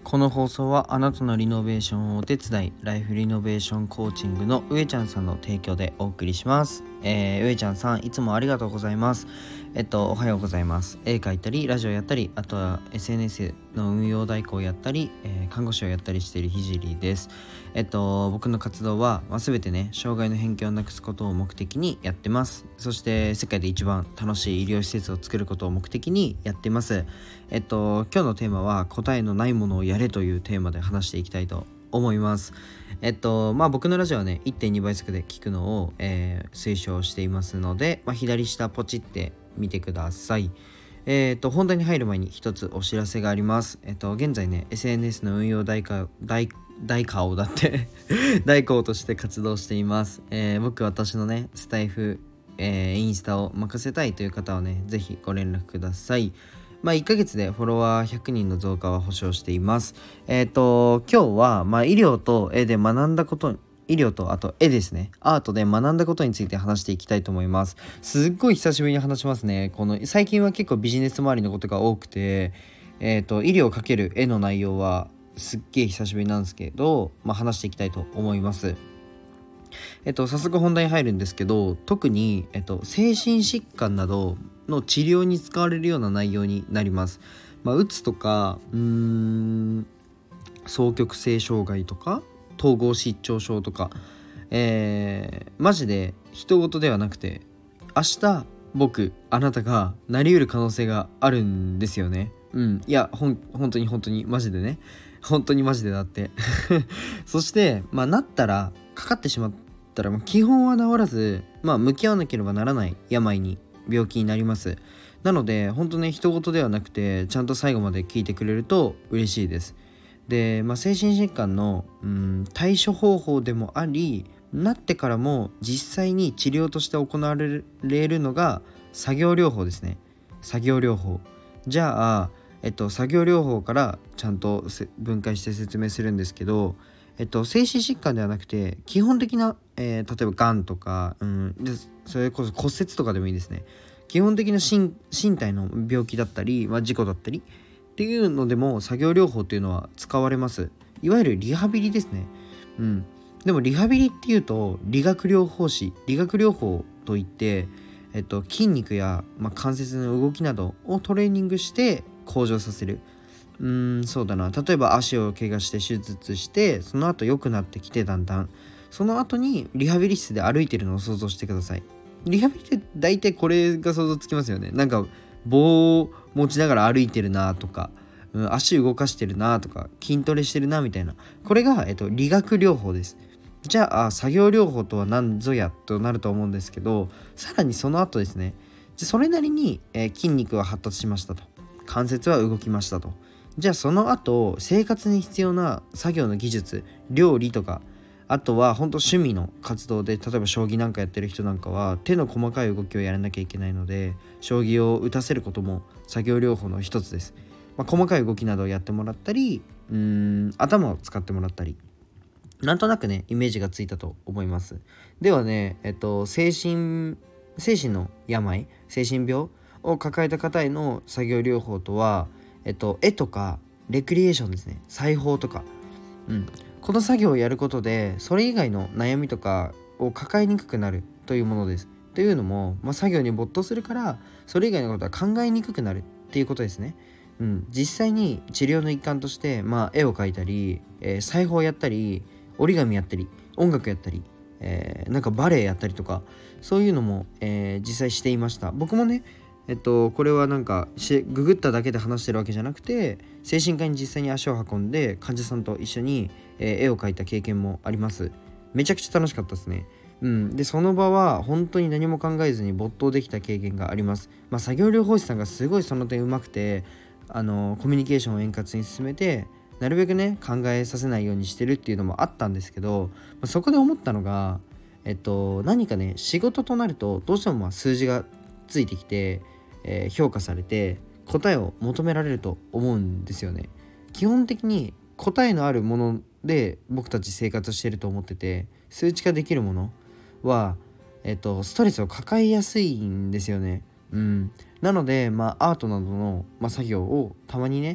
この放送はあなたのリノベーションをお手伝い、ライフリノベーションコーチングの上ちゃんさんの提供でお送りします。上ちゃんさんいつもありがとうございます。おはようございます。絵描いたりラジオやったり、あとは SNS の運用代行をやったり、看護師をやったりしているひじりです。僕の活動は、全てね障害の偏見をなくすことを目的にやってます。そして世界で一番楽しい医療施設を作ることを目的にやってます。今日のテーマは答えのないものをやれというテーマで話していきたいと思います。僕のラジオはね 1.2 倍速で聞くのを、推奨していますので、左下ポチってみてください。本題に入る前に一つお知らせがあります。現在ね SNS の運用代行だって代行として活動しています。私のねスタイフ、インスタを任せたいという方はねぜひご連絡ください。1ヶ月でフォロワー100人の増加は保証しています。今日は、医療と絵で学んだこと医療とあと絵ですね、アートで学んだことについて話していきたいと思います。すっごい久しぶりに話しますね。最近は結構ビジネス周りのことが多くて、医療×絵の内容はすっげえ久しぶりなんですけど、話していきたいと思います。早速本題に入るんですけど、特に、精神疾患などの治療に使われるような内容になります。うつとか双極性障害とか統合失調症とか、マジで人事ではなくて明日あなたがなりうる可能性があるんですよね。いや本当にマジでね、本当にマジでだってそして、なったらかかってしまったら基本は治らず、向き合わなければならない病気になります。なので本当ね人事ではなくてちゃんと最後まで聞いてくれると嬉しいです。で、精神疾患の対処方法でもあり、なってからも実際に治療として行われるのが作業療法ですね。作業療法。じゃあ、作業療法からちゃんと分解して説明するんですけど、精神疾患ではなくて基本的な、例えばがんとか、でそれこそ骨折とかでもいいですね。基本的な身体の病気だったり、事故だったりっていうのでも作業療法っていうのは使われます。いわゆるリハビリですね。でもリハビリっていうと理学療法といって、筋肉や、関節の動きなどをトレーニングして向上させる。そうだな、例えば足を怪我して手術してその後良くなってきて、だんだんその後にリハビリ室で歩いてるのを想像してください。リハビリって大体これが想像つきますよね。なんか棒を持ちながら歩いてるなとか、足動かしてるなとか筋トレしてるなみたいな、これが、理学療法です。じゃあ作業療法とは何ぞやとなると思うんですけど、さらにその後ですね、それなりに、筋肉は発達しましたと、関節は動きましたと。じゃあその後生活に必要な作業の技術、料理とか、あとは本当趣味の活動で、例えば将棋なんかやってる人なんかは手の細かい動きをやらなきゃいけないので、将棋を打たせることも作業療法の一つです。細かい動きなどをやってもらったり、頭を使ってもらったり、なんとなくねイメージがついたと思います。ではね、精神の病、精神病を抱えた方への作業療法とは、絵とかレクリエーションですね、裁縫とか、この作業をやることでそれ以外の悩みとかを抱えにくくなるというものです。というのも、作業に没頭するからそれ以外のことは考えにくくなるっていうことですね。実際に治療の一環として、絵を描いたり、裁縫をやったり、折り紙やったり、音楽やったり、なんかバレエやったりとか、そういうのも、実際していました。僕もね、これはなんかググっただけで話してるわけじゃなくて、精神科に実際に足を運んで患者さんと一緒に、絵を描いた経験もあります。めちゃくちゃ楽しかったですね。でその場は本当に何も考えずに没頭できた経験があります。作業療法士さんがすごいその点うまくて、コミュニケーションを円滑に進めて、なるべくね考えさせないようにしてるっていうのもあったんですけど、そこで思ったのが、何かね仕事となるとどうしても数字がついてきて、評価されて答えを求められると思うんですよね。基本的に答えのあるもので僕たち生活してると思ってて、数値化できるものは、ストレスを抱えやすいんですよね。なので、アートなどの、作業をたまにね、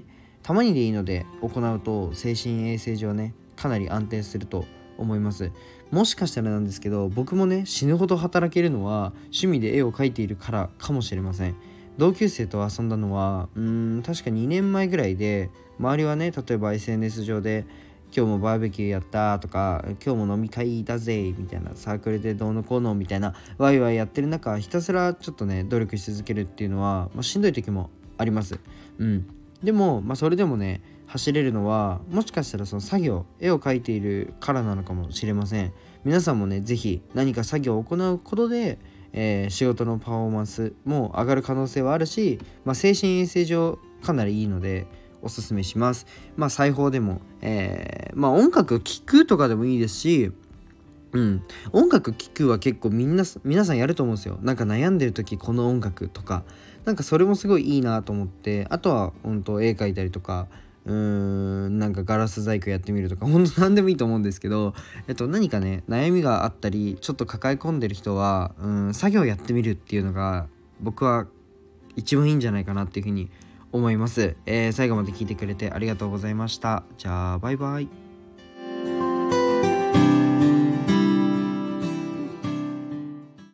たまにでいいので行うと精神衛生上ねかなり安定すると思います。もしかしたらなんですけど、僕もね死ぬほど働けるのは趣味で絵を描いているからかもしれません。同級生と遊んだのは確か2年前ぐらいで、周りはね例えば SNS 上で今日もバーベキューやったとか、今日も飲み会だぜみたいな、サークルでどうのこうのみたいなワイワイやってる中、ひたすらちょっとね努力し続けるっていうのは、しんどい時もあります。でも、それでもね走れるのは、もしかしたらその作業、絵を描いているからなのかもしれません。皆さんもねぜひ何か作業を行うことで、仕事のパフォーマンスも上がる可能性はあるし、精神衛生上かなりいいのでおすすめします。裁縫でも、音楽聴くとかでもいいですし、音楽聴くは結構皆さんやると思うんですよ。なんか悩んでる時この音楽とか、なんかそれもすごいいいなと思って、あとは本当絵描いたりとか、なんかガラス細工やってみるとか、本当何でもいいと思うんですけど、何かね悩みがあったりちょっと抱え込んでる人は作業やってみるっていうのが僕は一番いいんじゃないかなっていうふうに思います。最後まで聞いてくれてありがとうございました。じゃあバイバイ。